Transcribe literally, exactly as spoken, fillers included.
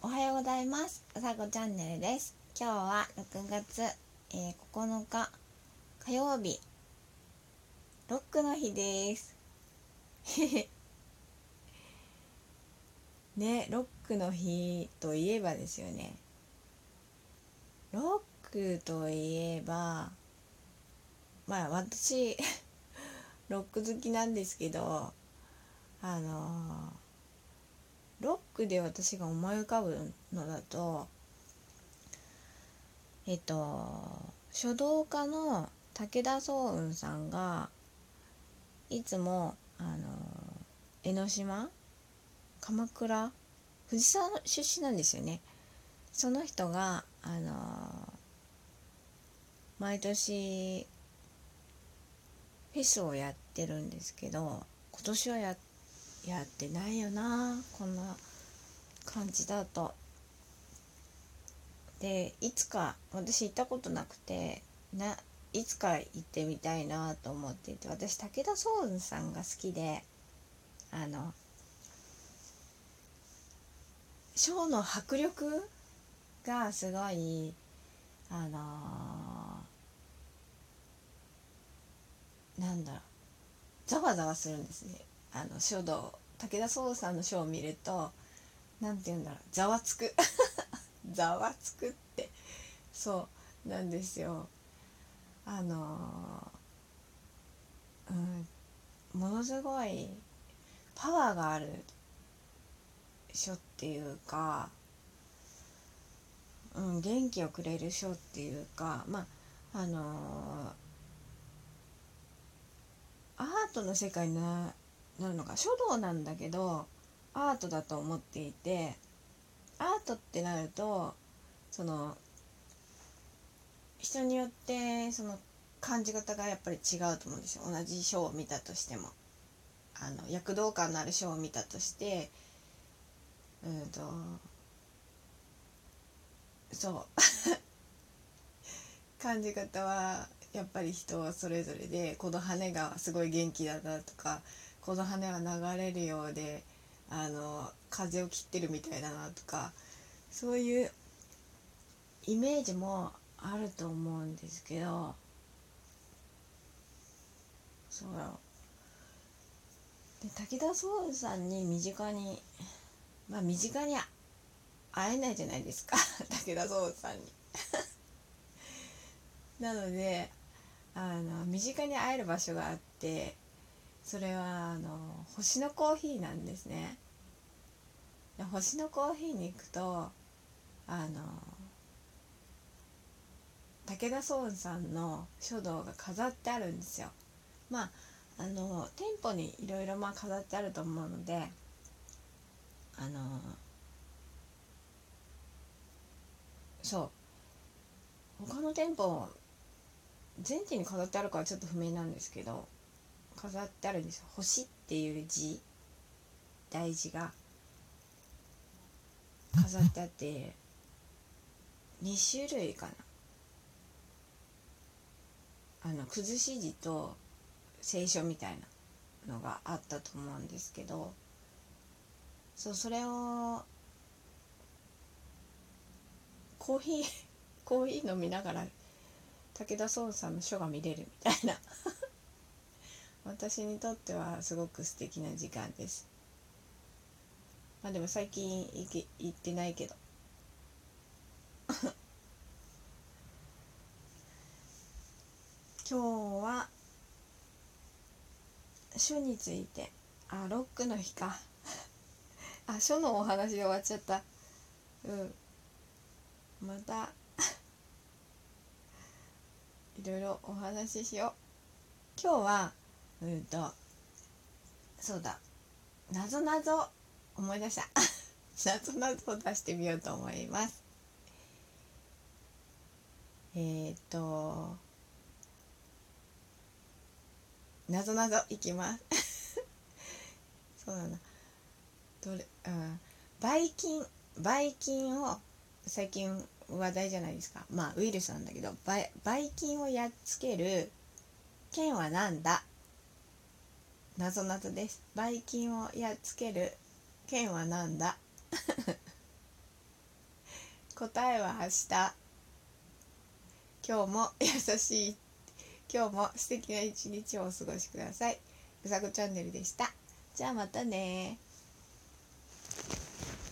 おはようございます。うさこチャンネルです。今日はろくがつ、えー、ここのか火曜日、ロックの日です。ね、ロックの日といえばですよね。ロックといえば、まあ私ロック好きなんですけど、あのー、ロックで私が思い浮かぶのだと、えっと書道家の武田双雲さんがいつもあの江ノ島、鎌倉、藤沢の出身なんですよね。その人があの毎年フェスをやってるんですけど、今年はややってないよな、こんな感じだと。で、いつか、私行ったことなくて、ないつか行ってみたいなと思っていて、私武田双雲さんが好きで、あのショーの迫力がすごい、あのー、なんだろう、ざわざわするんですね。あの書道、武田壮さんの書を見ると、なんて言うんだろう、ざわつくざわつくって、そうなんですよ。あのー、うん、ものすごいパワーがある書っていうか、うん、元気をくれる書っていうか、まああのーアートの世界にななるのか、書道なんだけどアートだと思っていて、アートってなると、その人によってその感じ方がやっぱり違うと思うんですよ。同じ書を見たとしても、あの躍動感のある書を見たとして、うんとそう感じ方はやっぱり人それぞれで、この羽がすごい元気だなとか、この羽は流れるようであの風を切ってるみたいだなとか、そういうイメージもあると思うんですけど、そうで武田壮さんに身近に、まあ身近に会えないじゃないですか武田壮さんになので、あの身近に会える場所があって、それはあの星のコーヒーなんですね。で、星のコーヒーに行くと、あの武田壮さんの書道が飾ってあるんですよ。まああの店舗にいろいろまあ飾ってあると思うので、あのそう他の店舗全地に飾ってあるかはちょっと不明なんですけど、飾ってあるんですよ。星っていう字、大字が飾ってあって、に種類かな、あの崩し字と聖書みたいなのがあったと思うんですけど、そうそれをコーヒーコーヒー飲みながら武田壮さんの書が見れるみたいな私にとってはすごく素敵な時間です。まあでも最近行け行ってないけど今日は書について、あ、ロックの日かあ、書のお話で終わっちゃった。うん、またいろいろお話ししよう。今日はうんとそうだ、なぞなぞ思い出したなぞなぞを出してみようと思います。えーとなぞなぞいきますそうだな、どれ、うん、ばい菌ばい菌を、最近話題じゃないですか。まあウイルスなんだけど、ばいばい菌をやっつける剣はなんだ。なぞなぞです。ばい菌をやっつける剣はなんだ答えは明日。今日も優しい、今日も素敵な一日をお過ごしください。うさこチャンネルでした。じゃあまたね。